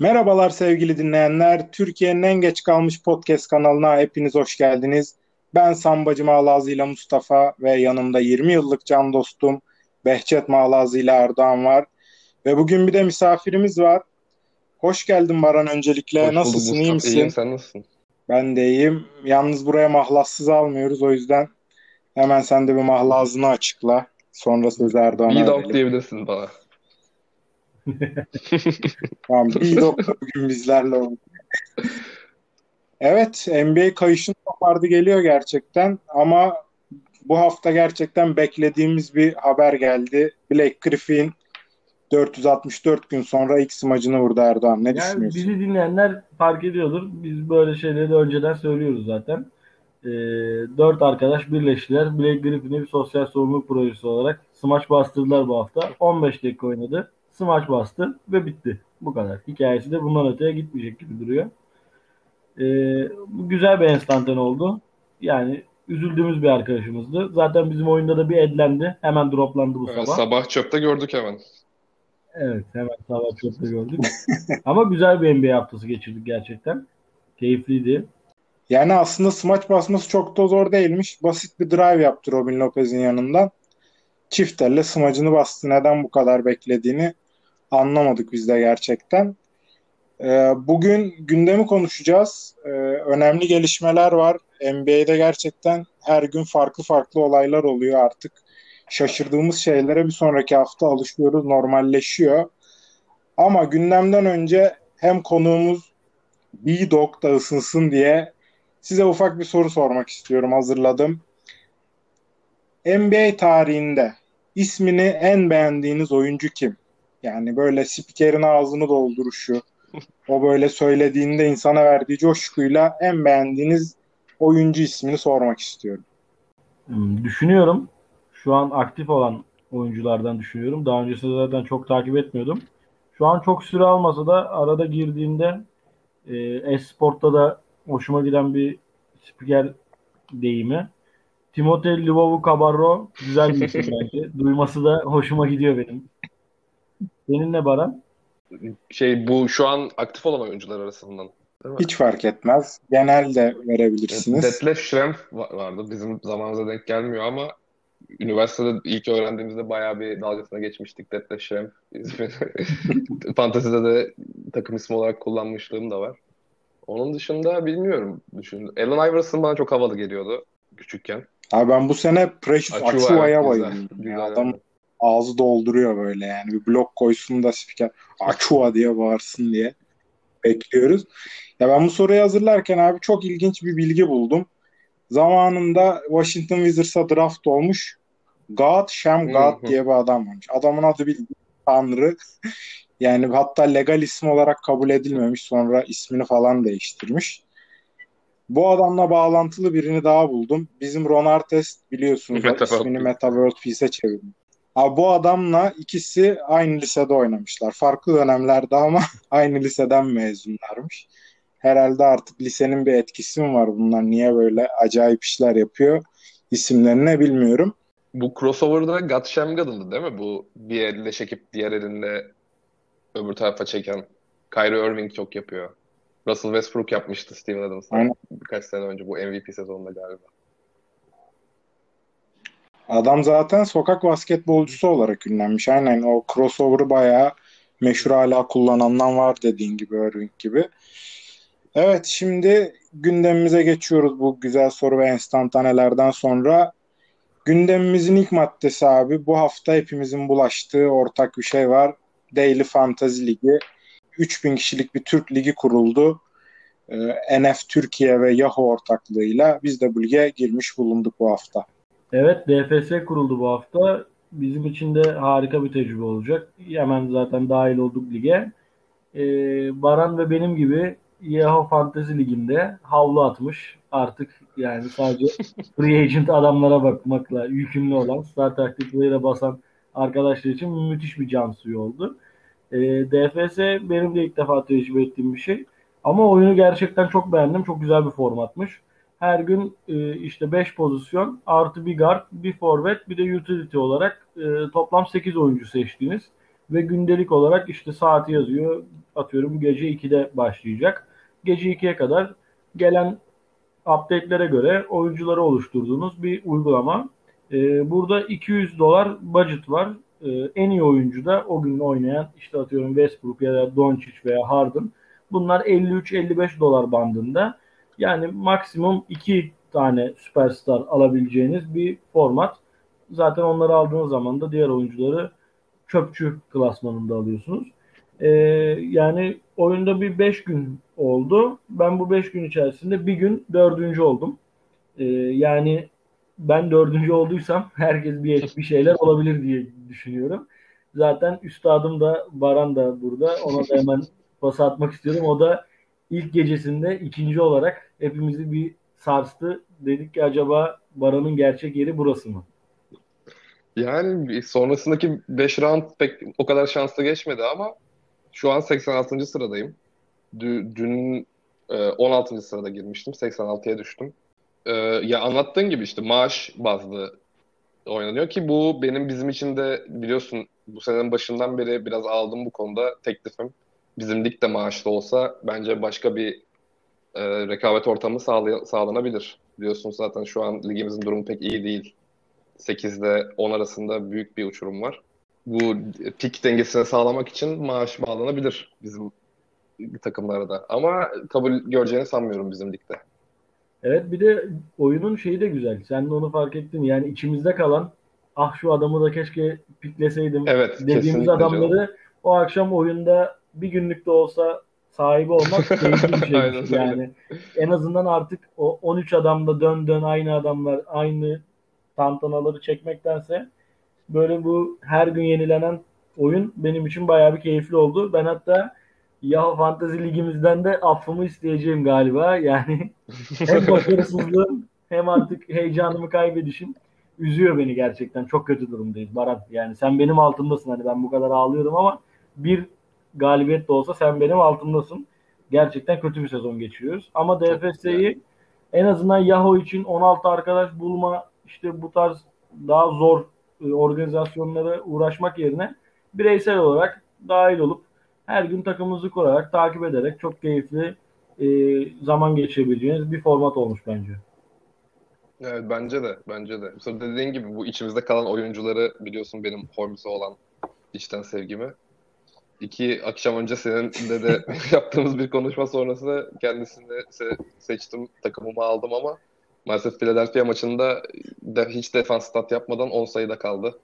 Merhabalar sevgili dinleyenler. Türkiye'nin en geç kalmış podcast kanalına hepiniz hoş geldiniz. Ben Sambacı Mağlazi ile Mustafa ve yanımda 20 yıllık can dostum Behçet Mağlazi ile Erdoğan var. Ve bugün bir de misafirimiz var. Hoş geldin Baran öncelikle. Hoş bulduk Nasılsın, iyi Mustafa. İyiyim, misin? sen nasılsın? Ben de iyiyim. Yalnız buraya mahlassız almıyoruz. O yüzden hemen sen de bir mahlazını açıkla. Sonra sözü Erdoğan'a B-Dog verelim. diyebilirsin bana. Tamam, bir doktor bugün bizlerle oldu. Evet, NBA kayışın kopardı geliyor gerçekten ama bu hafta gerçekten beklediğimiz bir haber geldi. Blake Griffin 464 gün sonra ilk smacını vurdu Erdoğan. Ne Yani düşünüyorsun? bizi dinleyenler fark ediyordur. Biz böyle şeyleri de önceden söylüyoruz zaten. Ee, Dört arkadaş birleştiler. Blake Griffin'i bir sosyal sorumluluk projesi olarak smaç bastırdılar bu hafta. 15 dakika oynadı. Smaç bastı ve bitti. Bu kadar. Hikayesi de bundan öteye gitmeyecek gibi duruyor. Bu güzel bir enstantan oldu. Yani üzüldüğümüz bir arkadaşımızdı. Zaten bizim oyunda da bir edlendi. Hemen droplandı bu Evet, sabah. sabah çöpte gördük hemen. Evet, hemen sabah çöpte gördük. Ama güzel bir NBA haftası geçirdik gerçekten. Keyifliydi. Yani aslında smaç basması çok da zor değilmiş. Basit bir drive yaptı Robin Lopez'in yanından. Çift elle smacını bastı. Neden bu kadar beklediğini anlamadık biz de gerçekten. Bugün gündemi konuşacağız. Önemli gelişmeler var. NBA'de gerçekten her gün farklı farklı olaylar oluyor artık. Şaşırdığımız şeylere bir sonraki hafta alışıyoruz, normalleşiyor. Ama gündemden önce hem konuğumuz B-Dog da ısınsın diye size ufak bir soru sormak istiyorum, hazırladım. NBA tarihinde ismini en beğendiğiniz oyuncu kim? Yani böyle spikerin ağzını dolduruşu, o böyle söylediğinde insana verdiği coşkuyla en beğendiğiniz oyuncu ismini sormak istiyorum. Düşünüyorum. Şu an aktif olan oyunculardan düşünüyorum. Daha öncesinde zaten çok takip etmiyordum. Şu an çok süre almasa da arada girdiğinde e-sportta da hoşuma giden bir spiker deyimi. Timothée Lvovou Cabarro güzel bir isim bence. Duyması da hoşuma gidiyor benim. Senin ne Baran? Bu şu an aktif olan oyuncular arasından, değil mi? Hiç fark etmez. Genel de verebilirsiniz. Detlef Schrempf vardı. Bizim zamanımıza denk gelmiyor ama üniversitede ilk öğrendiğimizde bayağı bir dalgasına geçmiştik. Detlef Schrempf ismi. Fantezide de takım ismi olarak kullanmışlığım da var. Onun dışında bilmiyorum. Allen Iverson bana çok havalı geliyordu küçükken. Abi ben bu sene Precious Achua, evet, Achua'ya güzel. bayılıyorum ya. Güzel, Adam evet. ağzı dolduruyor böyle yani. Bir blok koysun da spiker Achua diye bağırsın diye bekliyoruz. Ya ben bu soruyu hazırlarken abi çok ilginç bir bilgi buldum. Zamanında Washington Wizards'a draft olmuş God Shem Hı God hı. diye bir adam varmış. Adamın adı bildiğin Tanrı. Yani hatta legal isim olarak kabul edilmemiş. Sonra ismini falan değiştirmiş. Bu adamla bağlantılı birini daha buldum. Bizim Ron Artest biliyorsunuz o Meta World ismini Peace. Meta World Peace'e çevirdi. Abi bu adamla ikisi aynı lisede oynamışlar. Farklı dönemlerde ama aynı liseden mezunlarmış. Herhalde artık lisenin bir etkisi mi var bunlar? Niye böyle acayip işler yapıyor? İsimlerini bilmiyorum. Bu crossover'da God Shammgod'undu değil mi? Bu bir elle çekip diğer elinde öbür tarafa çeken. Kyrie Irving çok yapıyor. Russell Westbrook yapmıştı Steven Adams'a Aynen. birkaç sene önce bu MVP sezonunda galiba. Adam zaten sokak basketbolcusu olarak ünlenmiş. Aynen o crossover'ı bayağı meşhur hala kullanandan var dediğin gibi Irving gibi. Evet, şimdi gündemimize geçiyoruz bu güzel soru ve enstantanelerden sonra. Gündemimizin ilk maddesi abi bu hafta hepimizin bulaştığı ortak bir şey var. Daily Fantasy Ligi. 3000 kişilik bir Türk ligi kuruldu. NF Türkiye ve Yahoo ortaklığıyla biz de bu lige girmiş bulunduk bu hafta. Evet, DFS kuruldu bu hafta. Bizim için de harika bir tecrübe olacak. Hemen zaten dahil olduk lige. Baran ve benim gibi Yahoo Fantasy Ligi'nde havlu atmış. Artık yani sadece free agent adamlara bakmakla yükümlü olan star taktikleriyle basan arkadaşlar için müthiş bir can suyu oldu. DFS benim de ilk defa tecrübe ettiğim bir şey. Ama oyunu gerçekten çok beğendim. Çok güzel bir formatmış. Her gün işte 5 pozisyon artı bir guard, bir forvet, bir de utility olarak toplam 8 oyuncu seçtiniz. ve gündelik olarak işte saati yazıyor. Atıyorum gece 2'de başlayacak. Gece 2'ye kadar gelen update'lere göre oyuncuları oluşturduğunuz bir uygulama. Burada $200 budget var. En iyi oyuncu da o gün oynayan işte atıyorum Westbrook ya da Doncic veya Harden. Bunlar 53-55 dolar bandında. Yani maksimum 2 tane süperstar alabileceğiniz bir format. Zaten onları aldığınız zaman da diğer oyuncuları çöpçü klasmanında alıyorsunuz. Yani oyunda bir 5 gün oldu. Ben bu 5 gün içerisinde bir gün dördüncü oldum. Yani ben dördüncü olduysam herkes bir şeyler olabilir diye düşünüyorum. Zaten üstadım da Baran da burada. Ona da hemen pas atmak istiyorum. O da ilk gecesinde ikinci olarak hepimizi bir sarstı. Dedik ki acaba Baran'ın gerçek yeri burası mı? Yani sonrasındaki 5 round pek o kadar şanslı geçmedi ama şu an 86. sıradayım. Dün 16. sırada girmiştim. 86'ya düştüm. Ya anlattığın gibi işte maaş bazlı oynanıyor ki bu bizim için de biliyorsun bu senenin başından beri biraz aldım bu konuda teklifim. Bizim lig de maaşlı olsa bence başka bir rekabet ortamı sağlanabilir. Biliyorsunuz zaten şu an ligimizin durumu pek iyi değil. 8'de 10 arasında büyük bir uçurum var. Bu pik dengesini sağlamak için maaş bağlanabilir bizim takımlara da. Ama kabul göreceğini sanmıyorum bizim ligde. Evet, bir de oyunun şeyi de güzel. Sen de onu fark ettin. Yani içimizde kalan ah şu adamı da keşke pikleseydim Evet, dediğimiz kesinlikle canım. adamları o akşam oyunda bir günlük de olsa sahibi olmak keyifli bir şeymiş. Aynen öyle. Yani en azından artık o 13 adamla dön dön aynı adamlar aynı tantanaları çekmektense böyle bu her gün yenilenen oyun benim için bayağı bir keyifli oldu. Ben hatta Yahoo Fantasy Ligimizden de affımı isteyeceğim galiba. Yani hem başarısızlığım hem artık heyecanımı kaybedişim üzüyor beni gerçekten. Çok kötü durumdayız Baran. Yani sen benim altımdasın. Hani ben bu kadar ağlıyorum ama bir galibiyet de olsa sen benim altımdasın. Gerçekten kötü bir sezon geçiriyoruz. Ama Çok yani. DFS'yi en azından Yahoo için 16 arkadaş bulma işte bu tarz daha zor organizasyonlara uğraşmak yerine bireysel olarak dahil olup her gün takımımızı kurarak takip ederek çok keyifli zaman geçirebileceğiniz bir format olmuş bence. Evet, bence de bence de. Sonra dediğin gibi bu içimizde kalan oyuncuları biliyorsun benim Holmes'a olan içten sevgimi. 2 akşam önce seninle de yaptığımız bir konuşma sonrası kendisini seçtim, takımımı aldım ama maalesef Philadelphia maçında hiç defans stat yapmadan 10 sayıda kaldı.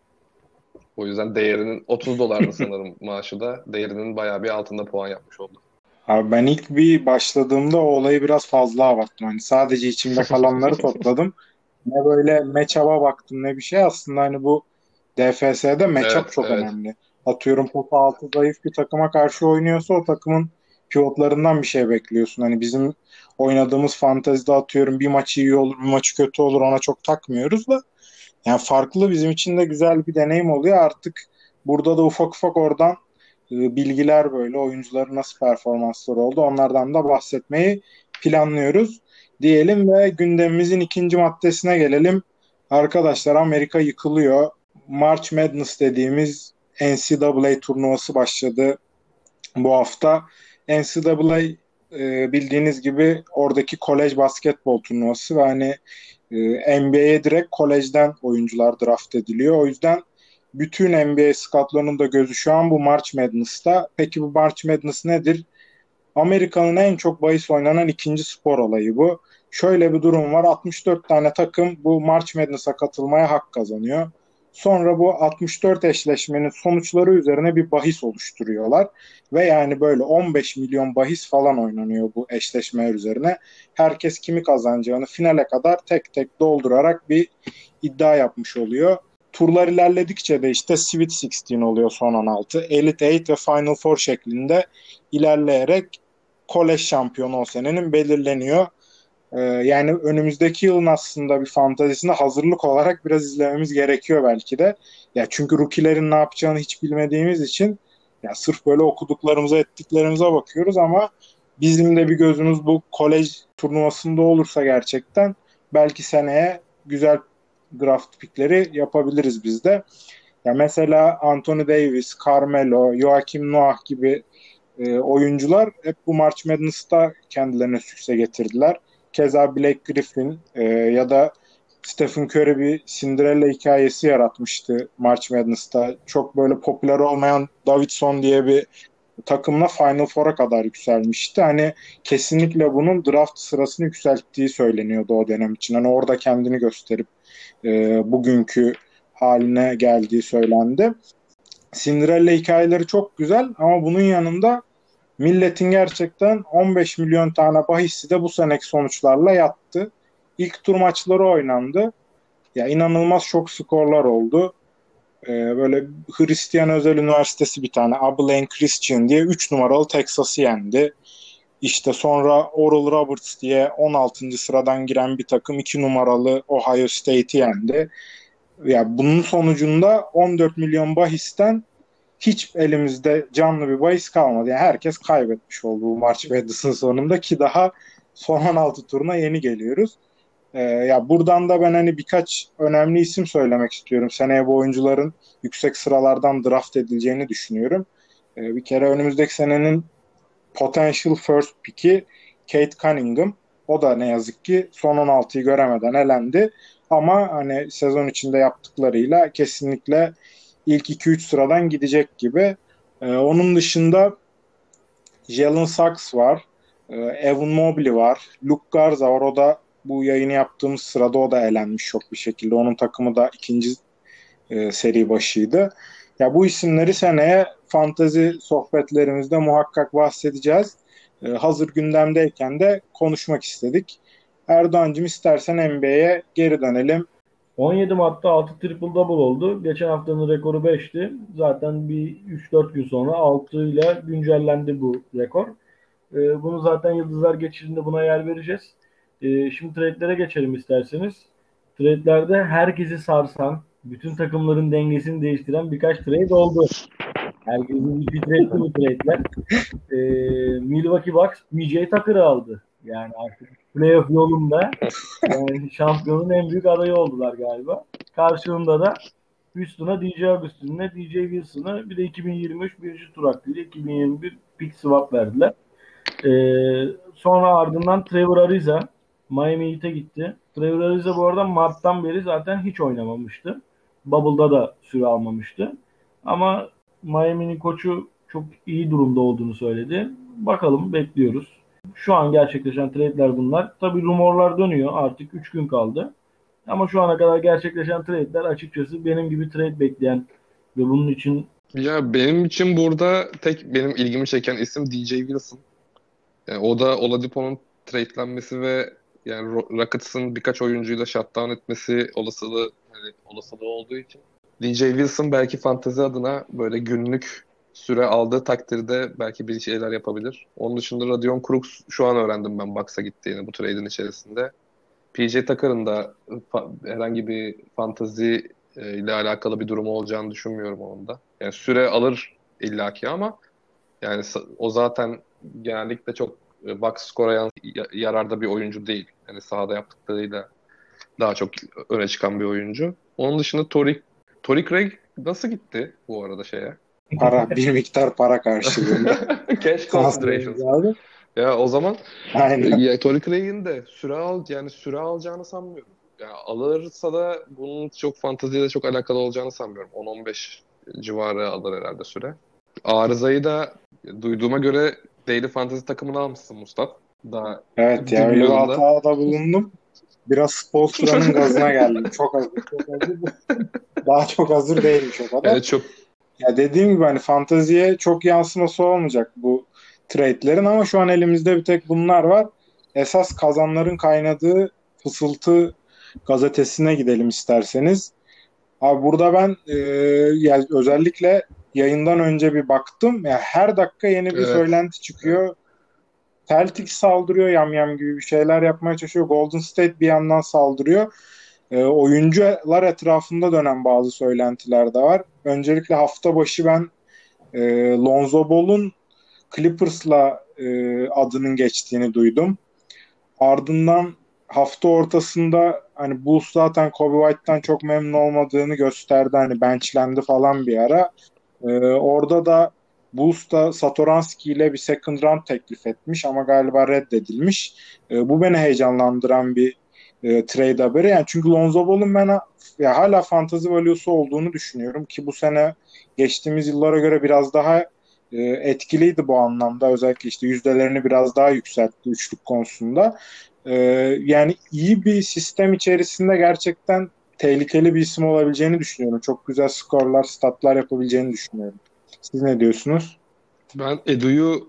O yüzden değerinin 30 dolardı sanırım maaşı da. Değerinin bayağı bir altında puan yapmış oldu. Abi ben ilk bir başladığımda o olayı biraz fazla abarttım. Hani sadece içimde kalanları topladım. Ne böyle matchup'a baktım ne bir şey. Aslında hani bu DFS'de matchup Evet, çok evet. önemli. Atıyorum pota altı zayıf bir takıma karşı oynuyorsa o takımın pivotlarından bir şey bekliyorsun. Hani bizim oynadığımız fantezide atıyorum bir maçı iyi olur bir maçı kötü olur ona çok takmıyoruz da. Yani farklı bizim için de güzel bir deneyim oluyor. Artık burada da ufak ufak oradan bilgiler böyle oyuncuların nasıl performansları oldu onlardan da bahsetmeyi planlıyoruz diyelim ve gündemimizin ikinci maddesine gelelim. Arkadaşlar Amerika yıkılıyor. March Madness dediğimiz NCAA turnuvası başladı bu hafta. NCAA bildiğiniz gibi oradaki kolej basketbol turnuvası ve hani NBA'ye direkt kolejden oyuncular draft ediliyor. O yüzden bütün NBA scoutlarının da gözü şu an bu March Madness'ta. Peki bu March Madness nedir? Amerika'nın en çok bahis oynanan ikinci spor olayı bu. Şöyle bir durum var. 64 tane takım bu March Madness'a katılmaya hak kazanıyor. Sonra bu 64 eşleşmenin sonuçları üzerine bir bahis oluşturuyorlar. Ve yani böyle 15 milyon bahis falan oynanıyor bu eşleşmeler üzerine. Herkes kimi kazanacağını finale kadar tek tek doldurarak bir iddia yapmış oluyor. Turlar ilerledikçe de işte Sweet 16 oluyor son 16. Elite 8 ve Final Four şeklinde ilerleyerek kolej şampiyonu o senenin belirleniyor. Yani önümüzdeki yılın aslında bir fantazisine hazırlık olarak biraz izlememiz gerekiyor belki de. Ya çünkü rookie'lerin ne yapacağını hiç bilmediğimiz için ya sırf böyle okuduklarımıza ettiklerimize bakıyoruz ama bizim de bir gözümüz bu kolej turnuvasında olursa gerçekten belki seneye güzel draft pickleri yapabiliriz biz de. Ya mesela Anthony Davis, Carmelo, Joakim Noah gibi oyuncular hep bu March Madness'ta kendilerine sükse getirdiler. Keza Blake Griffin ya da Stephen Curry bir Cinderella hikayesi yaratmıştı March Madness'ta. Çok böyle popüler olmayan Davidson diye bir takımla Final Four'a kadar yükselmişti. Hani kesinlikle bunun draft sırasını yükselttiği söyleniyordu o dönem için. Hani orada kendini gösterip bugünkü haline geldiği söylendi. Cinderella hikayeleri çok güzel ama bunun yanında milletin gerçekten 15 milyon tane bahisi de bu seneki sonuçlarla yattı. İlk tur maçları oynandı. Ya inanılmaz çok skorlar oldu. Böyle Hristiyan Özel Üniversitesi bir tane Abilene Christian diye 3 numaralı Texas'ı yendi. İşte sonra Oral Roberts diye 16. sıradan giren bir takım 2 numaralı Ohio State'i yendi. Ya bunun sonucunda 14 milyon bahisten hiç elimizde canlı bir bahis kalmadı. Yani herkes kaybetmiş oldu bu March Madness'ın sonunda ki daha son 16 turuna yeni geliyoruz. Ya buradan da ben hani birkaç önemli isim söylemek istiyorum. Seneye bu oyuncuların yüksek sıralardan draft edileceğini düşünüyorum. Bir kere önümüzdeki senenin potential first pick'i Kate Cunningham. O da ne yazık ki son 16'yı göremeden elendi. Ama hani sezon içinde yaptıklarıyla kesinlikle ilk 2-3 sıradan gidecek gibi. Onun dışında Jalen Sachs var. Evan Mobley var. Luke Garza var. O da bu yayını yaptığımız sırada o da elenmiş çok bir şekilde. Onun takımı da ikinci seri başıydı. Ya bu isimleri seneye fantezi sohbetlerimizde muhakkak bahsedeceğiz. Hazır gündemdeyken de konuşmak istedik. Erdoğan'cığım istersen NBA'ye geri dönelim. 17 Mart'ta 6 triple double oldu. Geçen haftanın rekoru 5'ti. Zaten bir 3-4 gün sonra 6 ile güncellendi bu rekor. Bunu zaten Yıldızlar Geçişi'nde buna yer vereceğiz. Şimdi trade'lere geçelim isterseniz. Trade'lerde herkesi sarsan, bütün takımların dengesini değiştiren birkaç trade oldu. Herkesin bir titretti bu trade'ler. Milwaukee Bucks PJ Tucker'ı aldı. Yani artık playoff yolunda yani şampiyonun en büyük adayı oldular galiba. Karşılığında da Houston'a DJ Augustin'le DJ Wilson'ı bir de 2023 birinci tur hakkıyla 2021 pick swap verdiler. Sonra ardından Trevor Ariza Miami Heat'e gitti. Trevor Ariza bu arada Mart'tan beri zaten hiç oynamamıştı. Bubble'da da süre almamıştı. Ama Miami'nin koçu çok iyi durumda olduğunu söyledi. Bakalım bekliyoruz. Şu an gerçekleşen trade'ler bunlar. Tabii rumorlar dönüyor. Artık 3 gün kaldı. Ama şu ana kadar gerçekleşen trade'ler açıkçası benim gibi trade bekleyen ve bunun için Ya benim için burada tek benim ilgimi çeken isim DJ Wilson. Yani o da Oladipo'nun trade'lenmesi ve yani Rockets'ın birkaç oyuncuyla shutdown etmesi olasılığı olduğu için DJ Wilson belki fantezi adına böyle günlük süre aldığı takdirde belki bir şeyler yapabilir. Onun dışında Radion Crooks şu an öğrendim ben Bucks'a gittiğini bu trade'in içerisinde. PJ Tucker'ın da herhangi bir fantezi ile alakalı bir durumu olacağını düşünmüyorum onun da. Yani süre alır illaki ama yani o zaten genellikle çok box score'a yararda bir oyuncu değil. Yani sahada yaptıklarıyla daha çok öne çıkan bir oyuncu. Onun dışında Torrey Craig nasıl gitti bu arada şeye? Bir miktar para karşılığında. Cash considerations. Ya o zaman Aynen. Torrey Craig'in de süre alacağını sanmıyorum. Ya alırsa da bunun çok fanteziyle çok alakalı olacağını sanmıyorum. 10-15 civarı alır herhalde süre. Arızayı da duyduğuma göre Daily Fantasy takımını almışsın Mustafa. Daha Evet ya dün öyle bir yolunda. hatada bulundum. Biraz Spoelstra'nın gazına geldim. Çok hazır, çok hazır. Daha çok hazır değilmiş o kadar. Evet, çok Ya dediğim gibi hani fanteziye çok yansıması olmayacak bu trade'lerin ama şu an elimizde bir tek bunlar var. Esas kazanların kaynadığı Fısıltı gazetesine gidelim isterseniz. Abi burada ben yani özellikle yayından önce bir baktım. Ya her dakika yeni bir evet. söylenti çıkıyor. Celtics saldırıyor yamyam gibi bir şeyler yapmaya çalışıyor. Golden State bir yandan saldırıyor. Oyuncular etrafında dönen bazı söylentiler de var. Öncelikle hafta başı ben Lonzo Ball'un Clippers'la adının geçtiğini duydum. Ardından hafta ortasında hani Bulls zaten Kobe White'tan çok memnun olmadığını gösterdi. Hani benchlendi falan bir ara. Orada da Bulls da Satoranski ile bir second round teklif etmiş ama galiba reddedilmiş. Bu beni heyecanlandıran bir trade haberi. Yani çünkü Lonzo Ball'un ben ya hala fantasy value'su olduğunu düşünüyorum ki bu sene geçtiğimiz yıllara göre biraz daha etkiliydi bu anlamda. Özellikle işte yüzdelerini biraz daha yükseltti üçlük konusunda. E, Yani iyi bir sistem içerisinde gerçekten tehlikeli bir isim olabileceğini düşünüyorum. Çok güzel skorlar, statlar yapabileceğini düşünüyorum. Siz ne diyorsunuz? Ben Edu'yu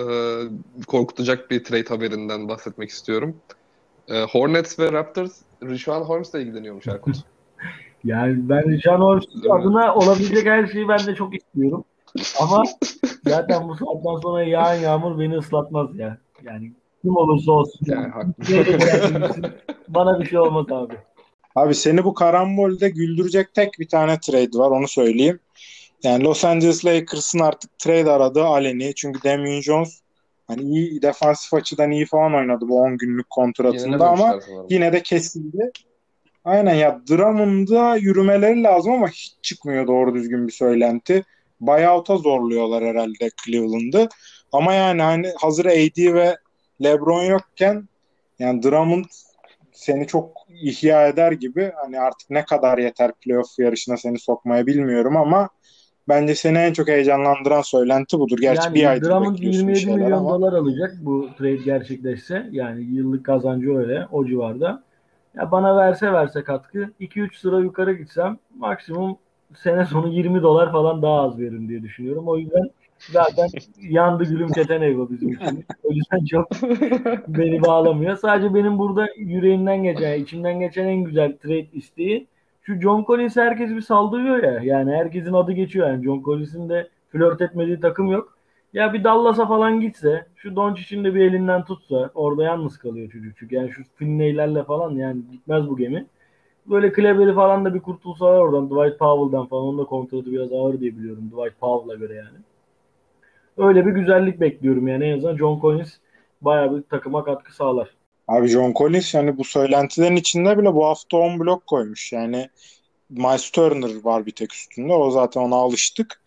korkutacak bir trade haberinden bahsetmek istiyorum. Hornets ve Raptors Richaun Holmes'la ilgileniyormuş Erkut. Yani ben Can Orsi Değil mi? adına olabilecek her şeyi ben de çok istiyorum. Ama zaten bu saatten sonra yağan yağmur beni ıslatmaz ya. Yani kim olursa olsun Yani yani. haklı. Nereye giderse gitsin bana bir şey olmaz abi. Abi seni bu karambolde güldürecek tek bir tane trade var onu söyleyeyim. Yani Los Angeles Lakers'ın artık trade aradığı Allen'i. Çünkü Damian Jones hani iyi defansif açıdan iyi falan oynadı bu 10 günlük kontratında ama Yenilememişler sanırım. yine de kesildi. Aynen ya Drummond'a yürümeleri lazım ama hiç çıkmıyor doğru düzgün bir söylenti. Buyout'a zorluyorlar herhalde Cleveland'ı. Ama yani hani hazır AD ve LeBron yokken yani Drummond seni çok ihya eder gibi. Hani artık ne kadar yeter playoff yarışına seni sokmaya bilmiyorum ama bence seni en çok heyecanlandıran söylenti budur. Gerçi bir Yani aydır Drummond bekliyorsun bir 27 şeyler milyon ama dolar alacak bu trade gerçekleşse. Yani yıllık kazancı öyle o civarda. Ya bana verse katkı 2-3 sıra yukarı gitsem maksimum sene sonu 20 dolar falan daha az veririm diye düşünüyorum. O yüzden zaten yandı gülüm keten eyvah bizim için. O yüzden çok beni bağlamıyor. Sadece benim burada yüreğimden geçen, içimden geçen en güzel trade isteği şu John Collins'i herkes bir saldırıyor ya. Yani herkesin adı geçiyor yani. John Collins'in de flört etmediği takım yok. Ya bir Dallas'a falan gitse, şu Doncic'in de bir elinden tutsa, orada yalnız kalıyor çocuk. Çünkü yani şu Finney'lerle falan yani gitmez bu gemi. Böyle Kleber'i falan da bir kurtulsalar oradan, Dwight Powell'dan falan. Onun da kontratı biraz ağır diye biliyorum Dwight Powell'a göre yani. Öyle bir güzellik bekliyorum yani. En azından John Collins bayağı bir takıma katkı sağlar. abi John Collins yani bu söylentilerin içinde bile bu hafta 10 blok koymuş. Yani Miles Turner var bir tek üstünde. O zaten ona alıştık.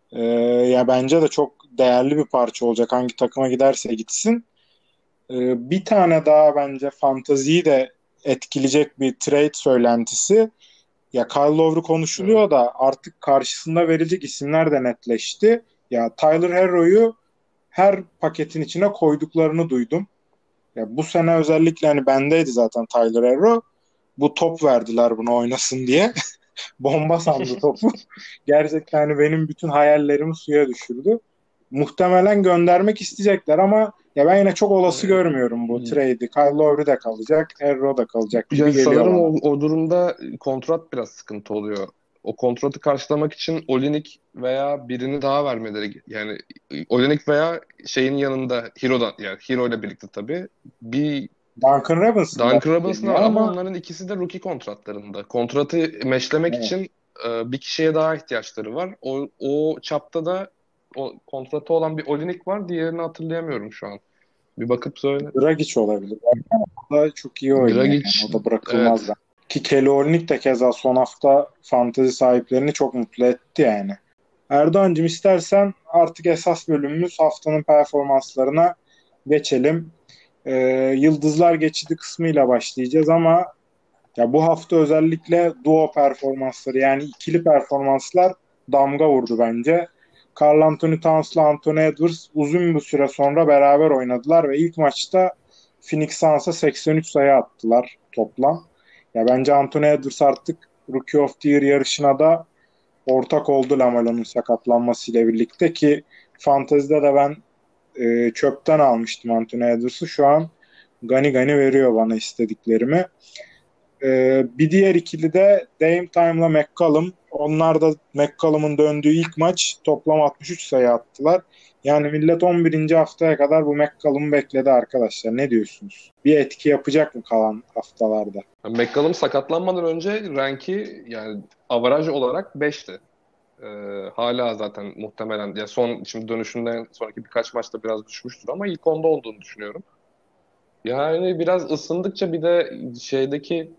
Ya bence de çok değerli bir parça olacak. Hangi takıma giderse gitsin. Bir tane daha bence fantaziyi de etkileyecek bir trade söylentisi. Ya Kyle Lowry Evet. konuşuluyor da artık karşısında verilecek isimler de netleşti. Ya Tyler Herro'yu her paketin içine koyduklarını duydum. Ya bu sene özellikle hani bendeydi zaten Tyler Herro. Bu top verdiler bunu oynasın diye. Bomba sandı topu. Gerçekten hani benim bütün hayallerimi suya düşürdü. Muhtemelen göndermek isteyecekler ama ya ben yine çok olası görmüyorum bu trade'i. Kyle Lowry de kalacak, Herro da kalacak gibi Yani geliyor sanırım bana. o durumda kontrat biraz sıkıntı oluyor. O kontratı karşılamak için Olinik veya birini daha vermeleri yani Olinik veya şeyin yanında Hero'dan yani Hero ile birlikte tabii bir Duncan Robinson da Duncan Robinson var deniyor ama ama onların ikisi de rookie kontratlarında. Kontratı meşlemek evet. için bir kişiye daha ihtiyaçları var. O çapta da o kontratı olan bir Olinik var. Diğerini hatırlayamıyorum şu an. Bir bakıp söyle. Dragic olabilir. O da çok iyi oynuyor yani. Dragic O da bırakılmaz evet. ben. Ki Kelly Olynyk de keza son hafta fantezi sahiplerini çok mutlu etti yani. Erdoğan'cığım istersen artık esas bölümümüz haftanın performanslarına geçelim. Yıldızlar geçidi kısmıyla başlayacağız ama ya bu hafta özellikle duo performansları yani ikili performanslar damga vurdu bence. Karl Anthony Towns'la Anthony Edwards uzun bir süre sonra beraber oynadılar ve ilk maçta Phoenix Suns'a 83 sayı attılar toplam. Ya bence Anthony Edwards artık Rookie of the Year yarışına da ortak oldu Lamelo'nun sakatlanmasıyla birlikte ki fantezide de ben çöpten almıştım Anthony Edwards'ı. Şu an gani gani veriyor bana istediklerimi. Bir diğer ikili de Dame Time'la McCollum. Onlar da McCollum'un döndüğü ilk maç toplam 63 sayı attılar. Yani millet 11. haftaya kadar bu McCollum'u bekledi arkadaşlar. Ne diyorsunuz? Bir etki yapacak mı kalan haftalarda? McCollum sakatlanmadan önce ranki yani avaraj olarak 5'ti. Ee, hala zaten muhtemelen ya son şimdi dönüşünden sonraki birkaç maçta biraz düşmüştür ama ilk onda olduğunu düşünüyorum. Yani biraz ısındıkça bir de şeydeki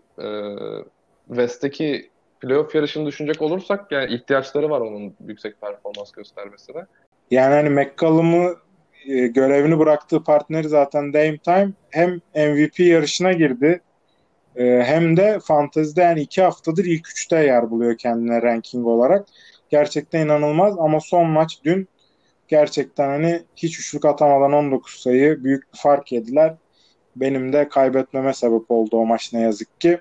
West'teki playoff yarışını düşünecek olursak yani ihtiyaçları var onun yüksek performans göstermesine. Yani hani McCollum'u görevini bıraktığı partneri zaten Dame Time hem MVP yarışına girdi hem de fantezide yani 2 haftadır ilk üçte yer buluyor kendine ranking olarak. Gerçekten inanılmaz ama son maç dün gerçekten hani hiç üçlük atamadan 19 sayı büyük bir fark yediler. Benim de kaybetmeme sebep oldu o maç ne yazık ki.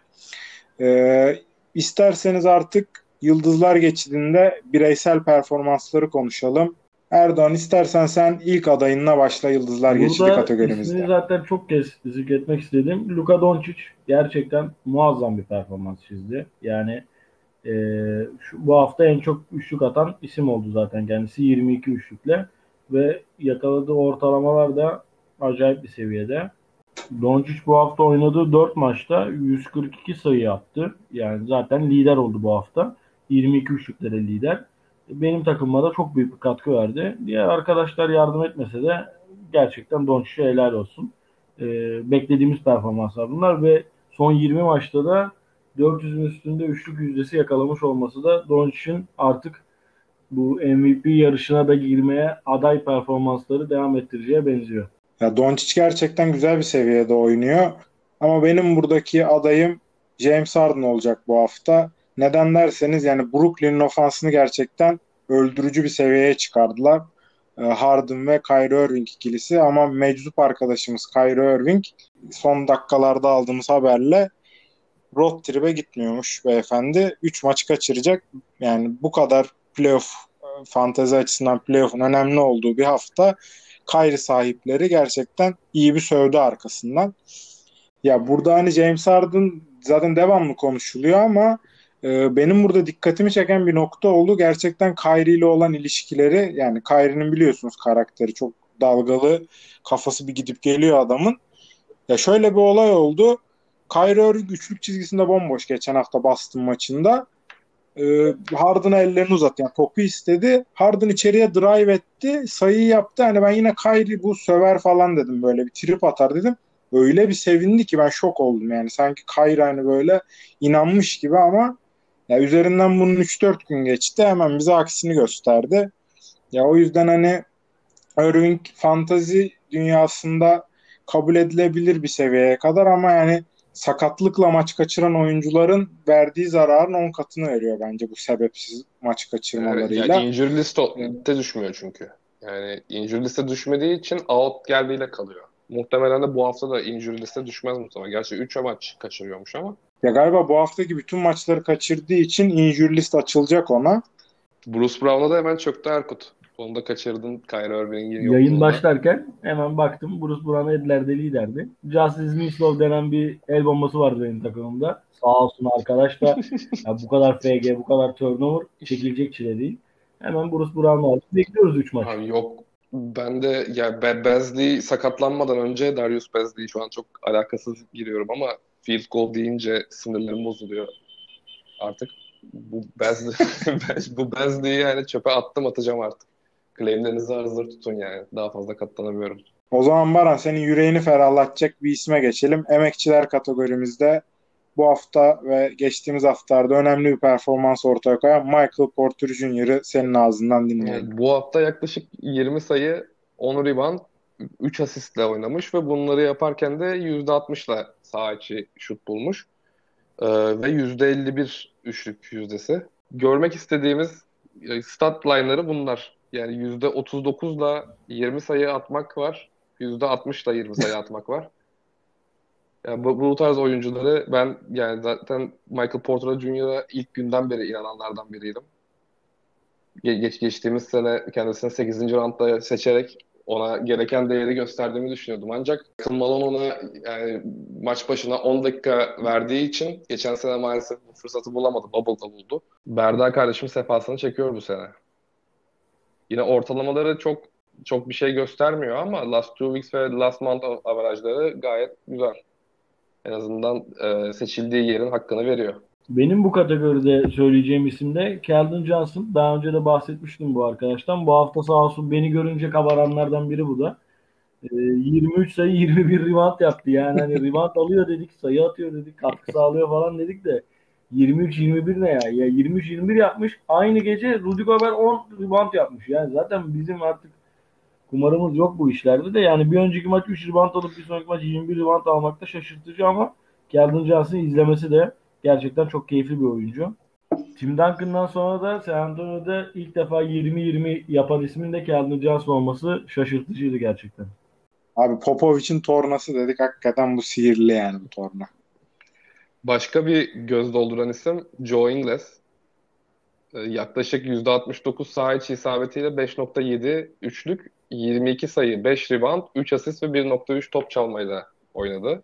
Ee, isterseniz artık Yıldızlar Geçidi'nde bireysel performansları konuşalım. Erdoğan istersen sen ilk adayınla başla Yıldızlar Geçidi Burada ismini kategorimizde. zaten çok kez zikretmek istedim. Luka Doncic gerçekten muazzam bir performans çizdi. Yani e, bu hafta en çok üçlük atan isim oldu zaten kendisi 22 üçlükle ve yakaladığı ortalamalar da acayip bir seviyede. Doncic bu hafta oynadığı 4 maçta 142 sayı attı. Yani zaten lider oldu bu hafta. 22 üçlüklere lider. Benim takımıma da çok büyük bir katkı verdi. Diğer arkadaşlar yardım etmese de gerçekten Doncic'e helal olsun. Beklediğimiz performanslar bunlar ve son 20 maçta da 400'ün üstünde üçlük yüzdesi yakalamış olması da Doncic'in artık bu MVP yarışına da girmeye aday performansları devam ettireceğe benziyor. Ya Doncic gerçekten güzel bir seviyede oynuyor. Ama benim buradaki adayım James Harden olacak bu hafta. Neden derseniz yani Brooklyn'in ofansını gerçekten öldürücü bir seviyeye çıkardılar. Harden ve Kyrie Irving ikilisi ama meczup arkadaşımız Kyrie Irving son dakikalarda aldığımız haberle road trip'e gitmiyormuş beyefendi. 3 maç kaçıracak. Yani bu kadar playoff fantezi açısından playoff'un önemli olduğu bir hafta Kyrie sahipleri gerçekten iyi bir sövdü arkasından. Ya burada hani James Harden zaten devamlı konuşuluyor ama benim burada dikkatimi çeken bir nokta oldu. Gerçekten Kyrie ile olan ilişkileri yani Kyrie'nin biliyorsunuz karakteri çok dalgalı, kafası bir gidip geliyor adamın. Ya şöyle bir olay oldu. Kyrie Irving üçlük çizgisinde bomboş geçen hafta Boston maçında. Harden'a ellerini uzattı. Yani topu istedi. Harden içeriye drive etti. Sayıyı yaptı. Hani ben yine Kyrie bu söver falan dedim. Böyle bir trip atar dedim. Öyle bir sevindi ki ben şok oldum yani. Sanki Kyrie hani böyle inanmış gibi ama ya üzerinden bunun 3-4 gün geçti. Hemen bize aksini gösterdi. Ya o yüzden hani Irving fantazi dünyasında kabul edilebilir bir seviyeye kadar ama yani sakatlıkla maç kaçıran oyuncuların verdiği zararın 10 katını veriyor bence bu sebepsiz maç Ya kaçırmalarıyla. injury liste düşmüyor çünkü. Yani injury liste düşmediği için out geldiğiyle kalıyor. Muhtemelen de bu hafta da injury liste düşmez muhtemelen. Gerçi 3 maç kaçırıyormuş ama. Ya galiba bu haftaki bütün maçları kaçırdığı için injury list açılacak ona. Bruce Brown'a da hemen çöktü Erkut. Onu da kaçırdın Kyrie Irving'in Yayın yokluğunda. başlarken hemen baktım. Bruce Brown Edler'de liderdi. Justice Winslow denen bir el bombası vardı benim takımımda. Sağ olsun arkadaş da ya bu kadar FG, bu kadar turnover çekilecek çile değil. Hemen Bruce Brown'u aldık. Bekliyoruz 3 maç. Abi yok. Ben de ya Beasley sakatlanmadan önce Darius Beasley şu an çok alakasız giriyorum ama field goal deyince sinirlerim bozuluyor artık. Bu Beasley bu Beasley'i yani çöpe attım atacağım artık. Claimlerinizi hazır tutun yani. Daha fazla katlanamıyorum. O zaman Baran senin yüreğini ferahlatacak bir isme geçelim. Emekçiler kategorimizde bu hafta ve geçtiğimiz haftalarda önemli bir performans ortaya koyan Michael Porter Jr.'ı senin ağzından dinleyelim. Yani bu hafta yaklaşık 20 sayı, 10 rebound, 3 asistle oynamış ve bunları yaparken de %60'la saha içi şut bulmuş. Ve %51 üçlük yüzdesi. Görmek istediğimiz stat line'ları bunlar. Yani %39'la 20 sayı atmak var. %60'la 20 sayı atmak var. Yani bu tarz oyuncuları ben yani zaten Michael Porter Jr.'a ilk günden beri inananlardan biriydim. Geçtiğimiz sene kendisini 8. roundda seçerek ona gereken değeri gösterdiğimi düşünüyordum. Ancak Michael Malone ona yani maç başına 10 dakika verdiği için geçen sene maalesef bu fırsatı bulamadı. Bubble'da buldu. Berda kardeşim sefasını çekiyor bu sene. Yine ortalamaları çok bir şey göstermiyor ama last two weeks ve last month averajları gayet güzel. En azından seçildiği yerin hakkını veriyor. Benim bu kategoride söyleyeceğim isim de Keldon Johnson. Daha önce de bahsetmiştim bu arkadaştan. Bu hafta sağ olsun beni görünce kabaranlardan biri bu da. 23 sayı 21 rebound yaptı. Yani hani rebound alıyor dedik, sayı atıyor dedik, katkı sağlıyor falan dedik de 23-21 ne ya? Ya 23-21 yapmış. Aynı gece Rudy Gobert 10 rebound yapmış. Yani zaten bizim artık kumarımız yok bu işlerde de. Yani bir önceki maç 3 rebound alıp bir sonraki maç 21 rebound almak da şaşırtıcı ama Keldon Johnson'ı izlemesi de gerçekten çok keyifli bir oyuncu. Tim Duncan'dan sonra da San Antonio'da ilk defa 20-20 yapan ismin de Keldon Johnson olması şaşırtıcıydı gerçekten. Abi Popovic'in tornası dedik. Hakikaten bu sihirli yani bu torna. Başka bir göz dolduran isim Joe Ingles. Yaklaşık %69 saha içi isabetiyle 5.7 üçlük, 22 sayı, 5 rebound, 3 asist ve 1.3 top çalmayla oynadı.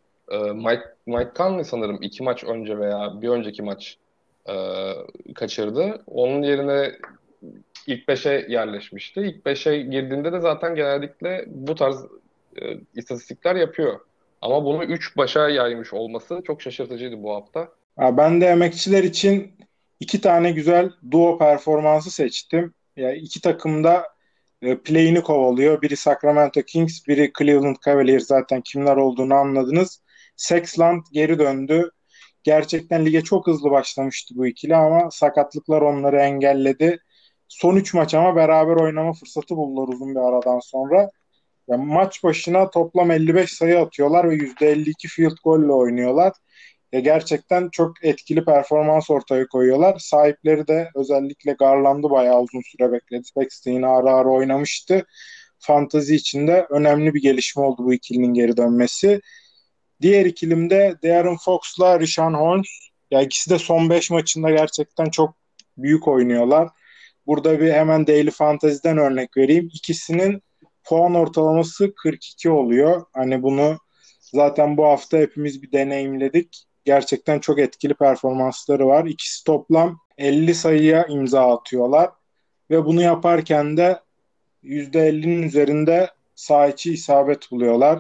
Mike Conley sanırım 2 maç önce veya bir önceki maç e, kaçırdı. Onun yerine ilk 5'e yerleşmişti. İlk 5'e girdiğinde de zaten genellikle bu tarz istatistikler yapıyor. Ama bunu 3 başa yaymış olması çok şaşırtıcıydı bu hafta. Ben de emekçiler için iki tane güzel duo performansı seçtim. Yani iki takım da play'ini kovalıyor. Biri Sacramento Kings, biri Cleveland Cavaliers. Zaten kimler olduğunu anladınız. Sexland geri döndü. Gerçekten lige çok hızlı başlamıştı bu ikili ama sakatlıklar onları engelledi. Son 3 maç ama beraber oynama fırsatı buldular uzun bir aradan sonra. Yani maç başına toplam 55 sayı atıyorlar ve %52 field goal ile oynuyorlar. Gerçekten çok etkili performans ortaya koyuyorlar. Sahipleri de özellikle Garland'ı bayağı uzun süre bekledi. Sexton yine ara ara oynamıştı. Fantezi için de önemli bir gelişme oldu bu ikilinin geri dönmesi. Diğer ikilimde De'Aaron Fox'la Richaun Holmes. Ya ikisi de son 5 maçında gerçekten çok büyük oynuyorlar. Burada bir hemen Daily Fantasy'den örnek vereyim. İkisinin puan ortalaması 42 oluyor. Hani bunu zaten bu hafta hepimiz bir deneyimledik. Gerçekten çok etkili performansları var. İkisi toplam 50 sayıya imza atıyorlar. Ve bunu yaparken de %50'nin üzerinde saha içi isabet buluyorlar.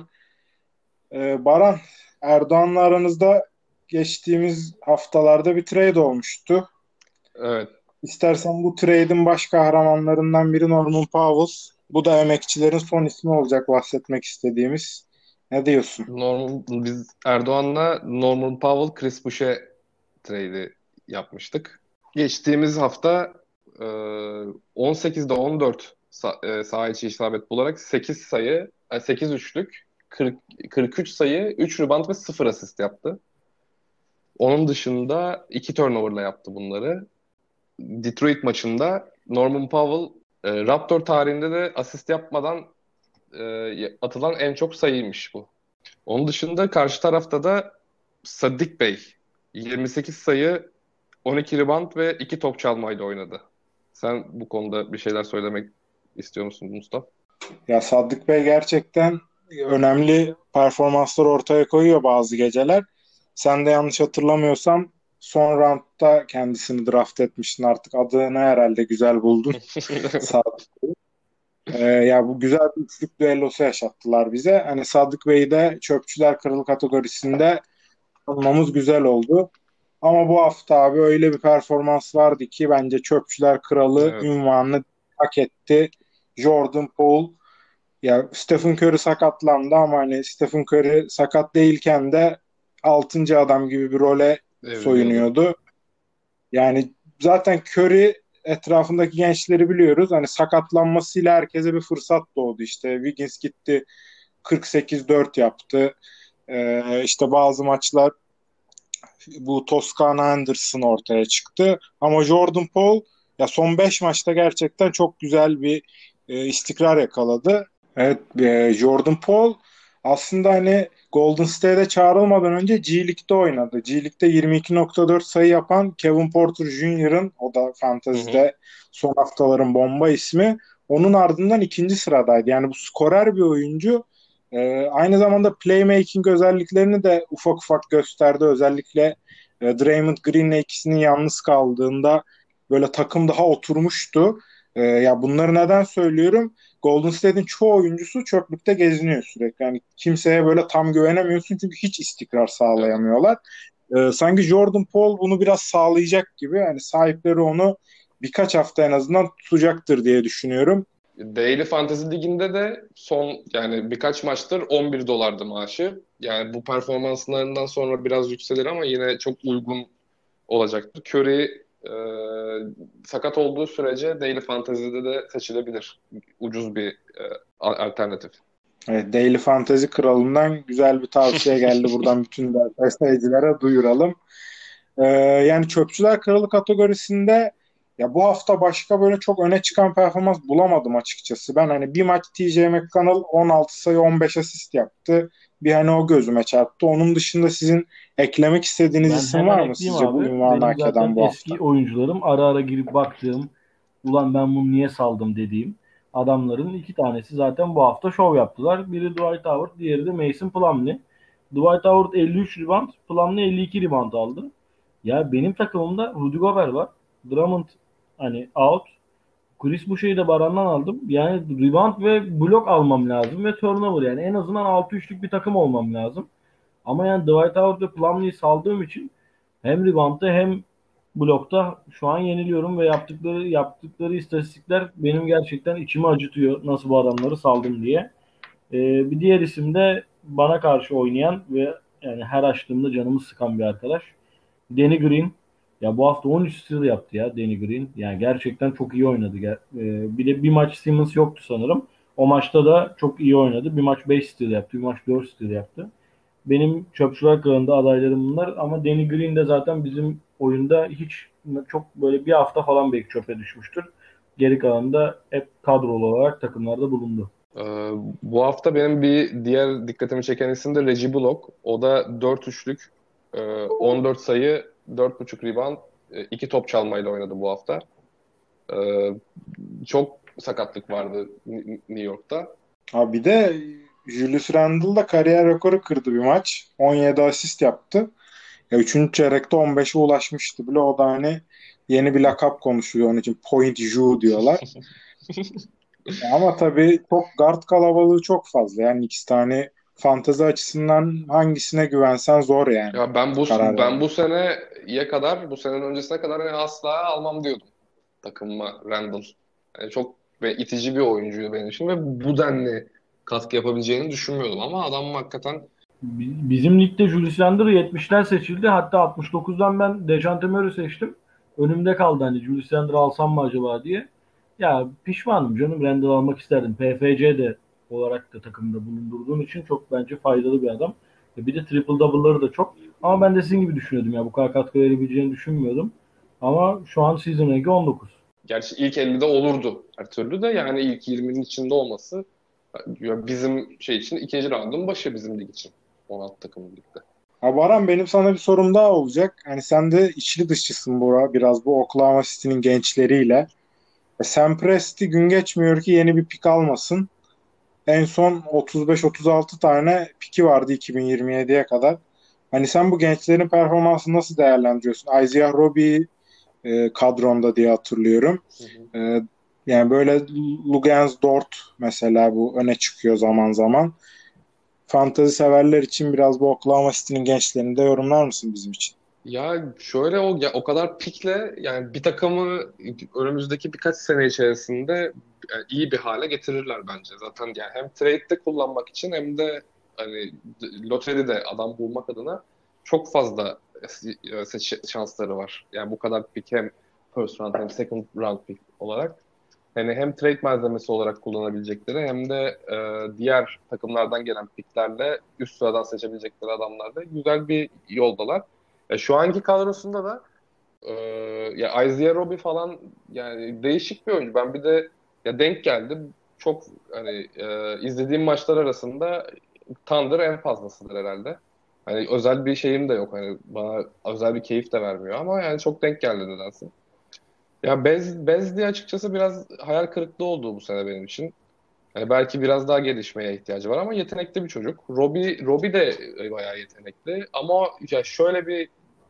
Baran, Erdoğan'la aranızda geçtiğimiz haftalarda bir trade olmuştu. Evet. İstersen bu trade'in baş kahramanlarından biri Norman Powell. Bu da emekçilerin son ismi olacak bahsetmek istediğimiz. Ne diyorsun? Biz Erdoğan'la Norman Powell, Chris Boucher trade'i yapmıştık. Geçtiğimiz hafta 18'de 14 saha içi isabet bularak 8 sayı, 8 üçlük, 43 sayı, 3 rebound ve 0 asist yaptı. Onun dışında 2 turnover'la yaptı bunları. Detroit maçında Norman Powell Raptor tarihinde de asist yapmadan atılan en çok sayıymış bu. Onun dışında karşı tarafta da Saddik Bey 28 sayı, 12 rebound ve 2 top çalmayla oynadı. Sen bu konuda bir şeyler söylemek istiyor musun Mustafa? Ya Sadık Bey gerçekten önemli performanslar ortaya koyuyor bazı geceler. Sen de yanlış hatırlamıyorsam son roundda kendisini draft etmiştin. Artık adını herhalde güzel buldun. Sadık. Ya bu güzel bir üçlük düellosu yaşattılar bize. Hani Sadık Bey'i de Çöpçüler Kralı kategorisinde almamız güzel oldu. Ama bu hafta abi öyle bir performans vardı ki bence Çöpçüler Kralı Evet. ünvanını hak etti. Jordan Poole, ya Stephen Curry sakatlandı ama hani Stephen Curry sakat değilken de 6. adam gibi bir role Evriliyordu. soyunuyordu. Yani zaten Curry etrafındaki gençleri biliyoruz. Hani sakatlanmasıyla herkese bir fırsat doğdu işte. Wiggins gitti 48-4 yaptı. İşte bazı maçlar bu Toscana Anderson ortaya çıktı. Ama Jordan Poole ya son 5 maçta gerçekten çok güzel bir istikrar yakaladı. Evet, Jordan Poole aslında hani Golden State'e çağrılmadan önce G League'de oynadı. G League'de 22.4 sayı yapan Kevin Porter Jr.'ın, o da Hı hı. fantezide son haftaların bomba ismi. Onun ardından ikinci sıradaydı. Yani bu skorer bir oyuncu. Aynı zamanda playmaking özelliklerini de ufak ufak gösterdi. Özellikle Draymond Green'le ikisinin yalnız kaldığında böyle takım daha oturmuştu. Ya bunları neden söylüyorum? Golden State'in çoğu oyuncusu çöplükte geziniyor sürekli. Yani kimseye böyle tam güvenemiyorsun çünkü hiç istikrar Evet. sağlayamıyorlar. Sanki Jordan Poole bunu biraz sağlayacak gibi. Yani sahipleri onu birkaç hafta en azından tutacaktır diye düşünüyorum. Daily Fantasy Ligi'nde de son yani birkaç maçtır $11'dı maaşı. Yani bu performanslarından sonra biraz yükselir ama yine çok uygun olacaktır. Curry sakat olduğu sürece Daily Fantasy'de de seçilebilir. Ucuz bir alternatif. Evet, Daily Fantasy kralından güzel bir tavsiye geldi. Buradan bütün destekçilere duyuralım. Yani Çöpçüler Kralı kategorisinde ya bu hafta başka böyle çok öne çıkan performans bulamadım açıkçası. Ben hani bir maç TJ McConnell 16 sayı 15 asist yaptı. Bir hani o gözüme çarptı. Onun dışında sizin eklemek istediğiniz Ben isim hemen var mı ekleyeyim sizce bu abi. ünvanı Benim hak zaten eden bu hafta? eski oyuncularım, ara ara girip baktığım, ulan ben bunu niye saldım dediğim adamların iki tanesi zaten bu hafta şov yaptılar. Biri Dwight Howard, diğeri de Mason Plumlee. Dwight Howard 53 rebound, Plumlee 52 rebound aldı. Ya benim takımımda Rudy Gobert var. Drummond hani out. Chris Boucher'i de Baran'dan aldım. Yani rebound ve blok almam lazım ve turnover, yani en azından 6-3'lük bir takım olmam lazım. Ama yani Dwight Howard ve Plumlee'yi saldığım için hem reboundda hem blokta şu an yeniliyorum ve yaptıkları istatistikler benim gerçekten içimi acıtıyor. Nasıl bu adamları saldım diye. Bir diğer isim de bana karşı oynayan ve yani her açtığımda canımı sıkan bir arkadaş. Danny Green. Ya bu hafta 13 steal yaptı ya Danny Green. Yani gerçekten çok iyi oynadı. Bir de bir maç Simmons yoktu sanırım. O maçta da çok iyi oynadı. Bir maç 5 steal yaptı. Bir maç 4 steal yaptı. Benim çöpçüler kralında adaylarım bunlar ama Danny Green de zaten bizim oyunda hiç çok böyle bir hafta falan belki çöpe düşmüştür. Geri kalanında hep kadrolu olarak takımlarda bulundu. Bu hafta benim bir diğer dikkatimi çeken isim de Reggie Bullock. O da 4 üçlük, 14 sayı, 4,5 rebound, 2 top çalmayla oynadı bu hafta. Ee, Çok sakatlık vardı New York'ta. Ha bir de Julius Randle da kariyer rekoru kırdı bir maç. 17 asist yaptı. Ya 3. çeyrekte 15'e ulaşmıştı bile. O da hani yeni bir lakap konuşuyor. Onun için Point Ju diyorlar. Ama tabii çok guard kalabalığı çok fazla. Yani ikisi tane fantezi açısından hangisine güvensen zor yani Ya ben bu karar ben vermek. bu seneye kadar, bu senenin öncesine kadar hani asla almam diyordum takımıma Randall. Yani çok ve itici bir oyuncuydu benim için ve bu denli katkı yapabileceğini düşünmüyordum ama adam hakikaten. Bizim ligde Julius Randle 70'ten seçildi. Hatta 69'dan ben Dejounte Murray seçtim. Önümde kaldı hani Julius Randle alsam mı acaba diye. Ya pişmanım canım, Randle almak isterdim. PFC de olarak da takımda bulundurduğum için çok bence faydalı bir adam. Bir de triple double'ları da çok. Ama ben de sizin gibi düşünüyordum ya. Bu kadar katkı verebileceğini düşünmüyordum. Ama şu an season ranki 19. Gerçi ilk 50'de olurdu her türlü de, yani ilk 20'nin içinde olması ya bizim şey için ikinci roundun başı bizim lig için. 16 takımlı ligde. Ha Baran, benim sana bir sorum daha olacak. Hani sen de içli dışlısın biraz bu Oklahoma City'nin gençleriyle. Sam Presti gün geçmiyor ki yeni bir pik almasın. En son 35-36 tane piki vardı 2027'ye kadar. Hani sen bu gençlerin performansını nasıl değerlendiriyorsun? Isaiah Roby kadronda diye hatırlıyorum. Hı hı. Yani böyle Lugens Dort mesela bu öne çıkıyor zaman zaman. Fantazi severler için biraz bu Oklahoma City'nin gençlerini de yorumlar mısın bizim için? Ya şöyle, o kadar pikle yani bir takımı önümüzdeki birkaç sene içerisinde iyi bir hale getirirler bence. Zaten yani hem trade'de kullanmak için hem de hani loteride adam bulmak adına çok fazla şansları var. Yani bu kadar pick, hem first round hem second round pick olarak. Yani hem trade malzemesi olarak kullanabilecekleri hem de diğer takımlardan gelen picklerle üst sıradan seçebilecekleri adamlarla güzel bir yoldalar. Şu anki kadrosunda da e, ya Isaiah Roby falan yani değişik bir oyuncu. Ben bir de ya denk geldim. Çok hani izlediğim maçlar arasında Thunder en fazlasıdır herhalde. Hani özel bir şeyim de yok. Hani bana özel bir keyif de vermiyor ama yani çok denk geldi nedense. Ya Bezli açıkçası biraz hayal kırıklığı oldu bu sene benim için. Yani belki biraz daha gelişmeye ihtiyacı var ama yetenekli bir çocuk. Roby de bayağı yetenekli ama ya şöyle bir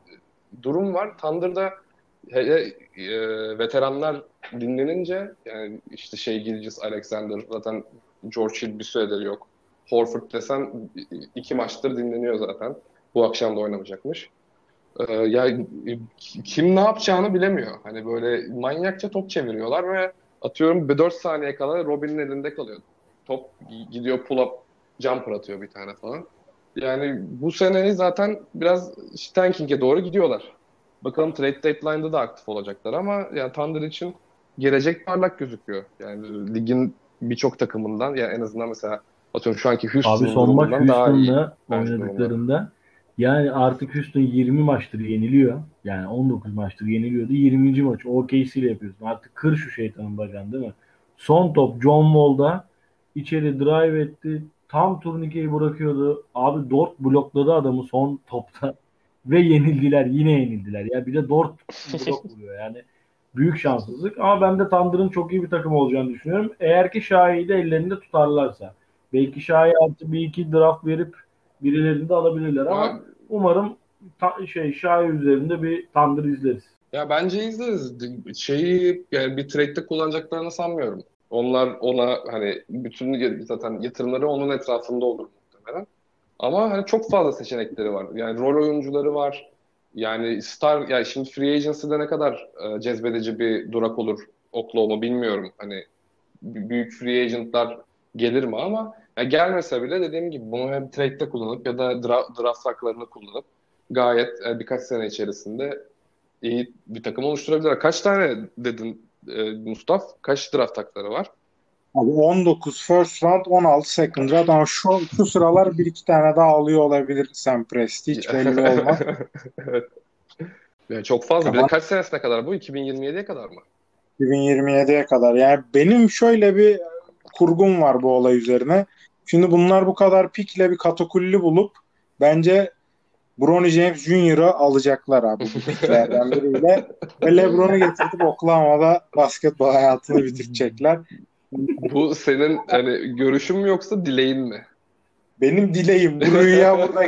durum var. Thunder'da hele veteranlar dinlenince, yani işte Gilgeous-Alexander, zaten George Hill bir süredir yok. Horford desen 2 maçtır dinleniyor zaten. Bu akşam da oynamayacakmış. Ya kim ne yapacağını bilemiyor. Hani böyle manyakça top çeviriyorlar ve atıyorum bir 4 saniye kala Robin'in elinde kalıyor. Top gidiyor pull-up jumper atıyor bir tane falan. Yani bu sene zaten biraz tanking'e doğru gidiyorlar. Bakalım trade deadline'da da aktif olacaklar ama yani Thunder için gelecek parlak gözüküyor. Yani ligin birçok takımından yani en azından mesela atıyorum şu anki Abi Houston'ın son maç durumundan daha iyi Houston'la bence durumları. oynadıklarında, yani artık Houston 20 maçtır yeniliyor. Yani 19 maçtır yeniliyordu. 20. maçı OKC ile yapıyorsun. Artık kır şu şeytanın bacağını, değil mi? Son top John Wall'da içeri drive etti. Tam turnikeyi bırakıyordu. Abi Dort blokladı adamı son topta. Ve yenildiler. Yine yenildiler. Ya bir de Dort blok vuruyor. Yani büyük şanssızlık. Ama ben de Thunder'ın çok iyi bir takım olacağını düşünüyorum. Eğer ki Şahi'yi de ellerinde tutarlarsa. Belki Şahi artı bir iki draft verip birilerini de alabilirler ama Ya, umarım Şahi üzerinde bir Thunder izleriz. ya bence izleriz. Şeyi yani bir trade'de kullanacaklarını sanmıyorum. Onlar ona hani bütün zaten yatırımları onun etrafında olur muhtemelen. Ama hani çok fazla seçenekleri var. Yani rol oyuncuları var. Yani star yani şimdi free agency'de ne kadar cezbedici bir durak olur Oklahoma bilmiyorum. Hani büyük free agentlar gelir mi ama ya gelmese bile dediğim gibi bunu hem trade'de kullanıp ya da draft haklarını kullanıp gayet birkaç sene içerisinde iyi bir takım oluşturabilirler. Kaç tane dedin Mustaf? Kaç draft hakları var? Abi 19 first round, 16 second round ama şu sıralar bir iki tane daha alıyor olabilir Sam Presti. Hiç belli olmaz. Evet. Yani çok fazla. Ya Bir de bana kaç senesine kadar bu? 2027'ye kadar mı? 2027'ye kadar. Yani benim şöyle bir kurgum var bu olay üzerine. Şimdi bunlar bu kadar pikle bir katakulli bulup bence Bronny James Jr.'ı alacaklar abi bu piklerden biriyle. Ve LeBron'u getirtip Oklahoma'da basketbol hayatını bitirecekler. Bu senin hani görüşün mü yoksa dileğin mi? Benim dileğim bu rüya burada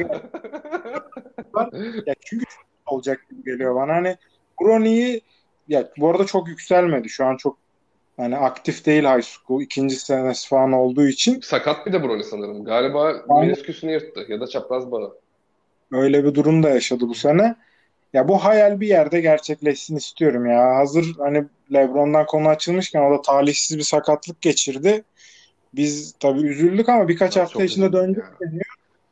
var. Ya çünkü çok olacak gibi geliyor bana. Hani Bronny'yi, ya bu arada çok yükselmedi. Şu an çok hani aktif değil high school. İkinci senesi falan olduğu için. Sakat bir de Broly sanırım. Galiba Yani menisküsünü yırttı ya da çapraz bağı. öyle bir durum da yaşadı bu sene. Ya bu hayal bir yerde gerçekleşsin istiyorum ya. Hazır hani LeBron'dan konu açılmışken o da talihsiz bir sakatlık geçirdi. Biz tabii üzüldük ama birkaç Ben hafta çok içinde üzüldüm dönecek ya. deniyor.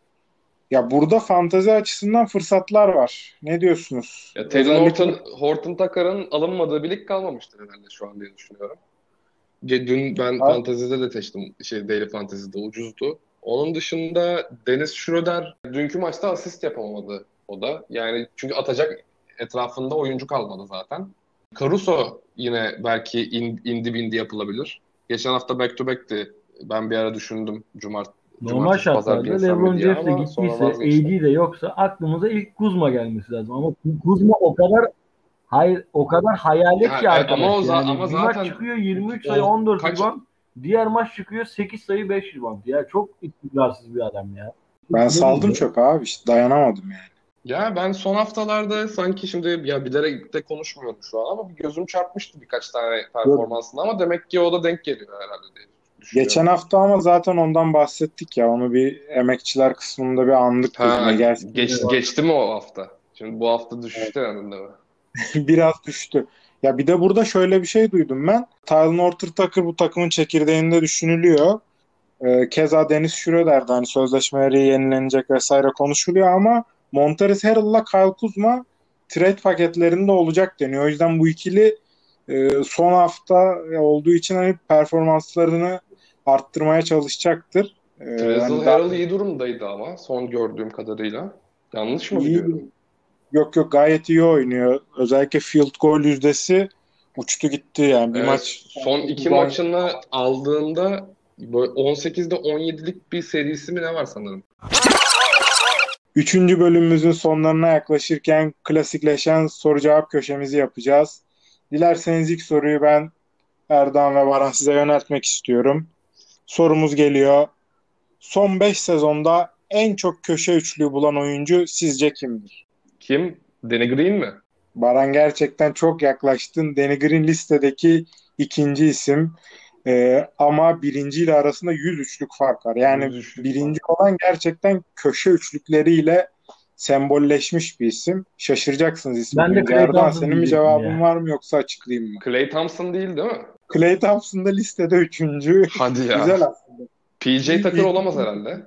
Ya burada fantezi açısından fırsatlar var. Ne diyorsunuz? Ya Taylor Özellikle Horton Tucker'ın alınmadığı bir lig kalmamıştır herhalde şu an diye düşünüyorum. Dün ben fantezide de seçtim. Daily Fantasy'de ucuzdu. Onun dışında Dennis Schroeder dünkü maçta asist yapamadı o da. Yani çünkü atacak etrafında oyuncu kalmadı zaten. Caruso yine belki indi bindi yapılabilir. Geçen hafta back to back'ti. Ben bir ara düşündüm Normal cumartesi pazar şartlarda ginsem mi LeBron diye James de ama sonra gittiyse, vazgeçtim. AD de yoksa aklımıza ilk Kuzma gelmesi lazım. Ama Kuzma o kadar, hayır, o kadar hayalet Ya, ki ama arkadaş. Yani ama bir maç zaten çıkıyor 23 sayı o 14 kaç rebound, diğer maç çıkıyor 8 sayı 5 rebound. Ya çok istikrarsız bir adam ya. ben Değil saldım mi? çöpe abi, işte dayanamadım yani. ya ben son haftalarda sanki şimdi ya bilerek de konuşmuyorum şu an ama bir gözüm çarpmıştı birkaç tane Yok, performansında ama demek ki o da denk geliyor herhalde diye geçen düşünüyorum. hafta ama zaten ondan bahsettik ya. Onu bir emekçiler kısmında bir andık Ha gözüme gelsin. geçti mi o hafta? Şimdi bu hafta düşüşte yanında mı? Biraz düştü. Ya bir de burada şöyle bir şey duydum ben. Tyler Horton Tucker bu takımın çekirdeğinde düşünülüyor. Keza Dennis Schroeder de hani sözleşmeleri yenilenecek vesaire konuşuluyor ama Montrezl Harrell'la Kyle Kuzma trade paketlerinde olacak deniyor. O yüzden bu ikili son hafta olduğu için hani performanslarını arttırmaya çalışacaktır. Trezor Hani daha Harrell iyi durumdaydı ama son gördüğüm kadarıyla. Yanlış mı iyi, biliyorum? yok yok, gayet iyi oynuyor. Özellikle field goal yüzdesi uçtu gitti yani bir Evet, maç son iki 8 10. maçını aldığında böyle 18'de 17'lik bir serisi mi ne var sanırım? Üçüncü bölümümüzün sonlarına yaklaşırken klasikleşen soru cevap köşemizi yapacağız. Dilerseniz ilk soruyu ben Erdoğan ve Baran size yöneltmek istiyorum. Sorumuz geliyor. Son 5 sezonda en çok köşe üçlüğü bulan oyuncu sizce kimdir? Kim? Danny Green mi? Baran, gerçekten çok yaklaştın. Danny Green listedeki ikinci isim. Ama birinciyle arasında 100 üçlük fark var. Yani 100 üçlük birinci var. olan gerçekten köşe üçlükleriyle sembolleşmiş bir isim. Şaşıracaksınız ismi Ben de duyunca. Klay Erdoğan, Thompson senin bir diyecektim cevabın ya. var mı yoksa açıklayayım mı? Klay Thompson değil değil mi? Klay Thompson da listede 3. Hadi ya. Güzel aslında. PJ Tucker olamaz herhalde.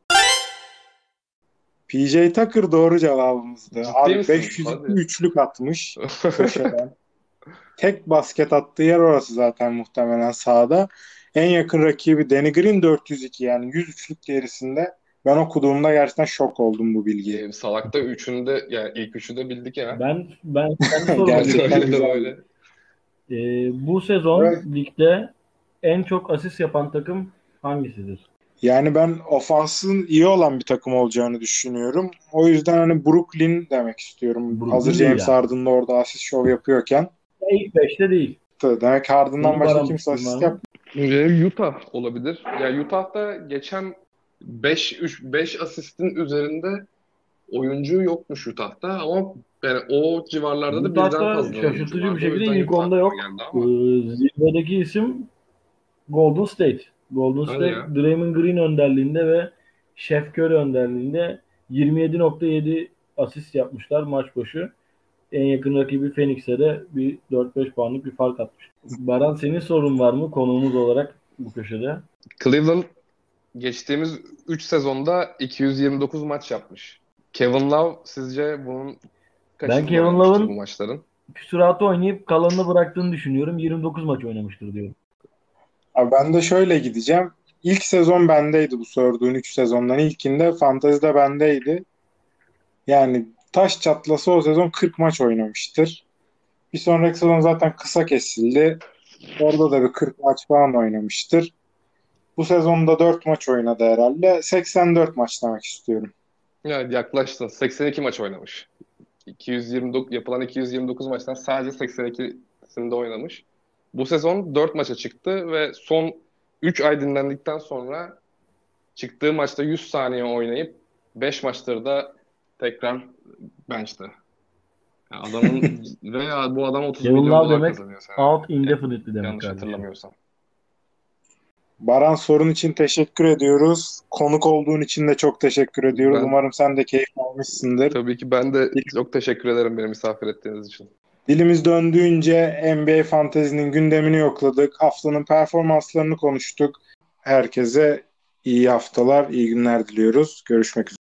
PJ Tucker doğru cevabımızdı. Ciddi Abi misin? 502 Hadi. üçlük atmış köşeden. Tek basket attığı yer orası zaten muhtemelen sahada. En yakın rakibi Danny Green 402, yani 100 üçlük gerisinde. Ben okuduğumda gerçekten şok oldum bu bilgiye. Salak'ta üçünde yani ilk üçü de bildik ya. Ben kendi soruma Gerçekten geçiyorum. Öyle de güzel. böyle. Bu sezon Evet. ligde en çok asist yapan takım hangisidir? Yani ben ofansın iyi olan bir takım olacağını düşünüyorum. O yüzden hani Brooklyn demek istiyorum. Brooklyn Hazır değil James yani. Harden da orada asist şov yapıyorken. İlk 5'te değil. Demek Harden'dan Senin başka Baran kimse fikrin var asist mı? yapmıyor. Utah olabilir. Ya Utah'ta geçen 5 asistin üzerinde oyuncu yokmuş Utah'ta ama yani o civarlarda da birden Utah'ta fazla oyuncu şaşırtıcı bir vardı. O şekilde yüzden ilk Utah 10'da aklıma yok. geldi ama. Zirvedeki isim Golden State. Golden Hadi State, ya. Draymond Green önderliğinde ve Steph Curry önderliğinde 27.7 asist yapmışlar maç başı. En yakın rakibi Phoenix'e de bir 4-5 puanlık bir fark atmış. Baran, senin sorun var mı konuğumuz olarak bu köşede? Cleveland geçtiğimiz 3 sezonda 229 maç yapmış. Kevin Love sizce bunun Ben kaçını Kevin oynamıştır bu Love'ın maçların? küsuratı oynayıp kalanını bıraktığını düşünüyorum. 29 maç oynamıştır diyorum. Abi ben de şöyle gideceğim. İlk sezon bendeydi, bu sorduğun 3 sezondan ilkinde. Fantezide bendeydi. Yani taş çatlası o sezon 40 maç oynamıştır. Bir sonraki sezon zaten kısa kesildi. Orada da bir 40 maç falan oynamıştır. Bu sezonda 4 maç oynadı herhalde. 84 maç demek istiyorum. Yani yaklaştın. 82 maç oynamış. 229 yapılan 229 maçtan sadece 82'sinde oynamış. Bu sezon 4 maça çıktı ve son 3 ay dinlendikten sonra çıktığı maçta 100 saniye oynayıp 5 maçtır da tekrar bench'te. Yani adamın veya bu adam 30 Kevin milyon Love dolar demek kazanıyor senede. out indefinitely demek Yanlış kardeşim. hatırlamıyorsam. Baran, sorun için teşekkür ediyoruz. Konuk olduğun için de çok teşekkür ediyoruz. Ben Umarım sen de keyif almışsındır. tabii ki ben de çok teşekkür ederim beni misafir ettiğiniz için. Dilimiz döndüğünce NBA Fantezi'nin gündemini yokladık. Haftanın performanslarını konuştuk. Herkese iyi haftalar, iyi günler diliyoruz. Görüşmek üzere.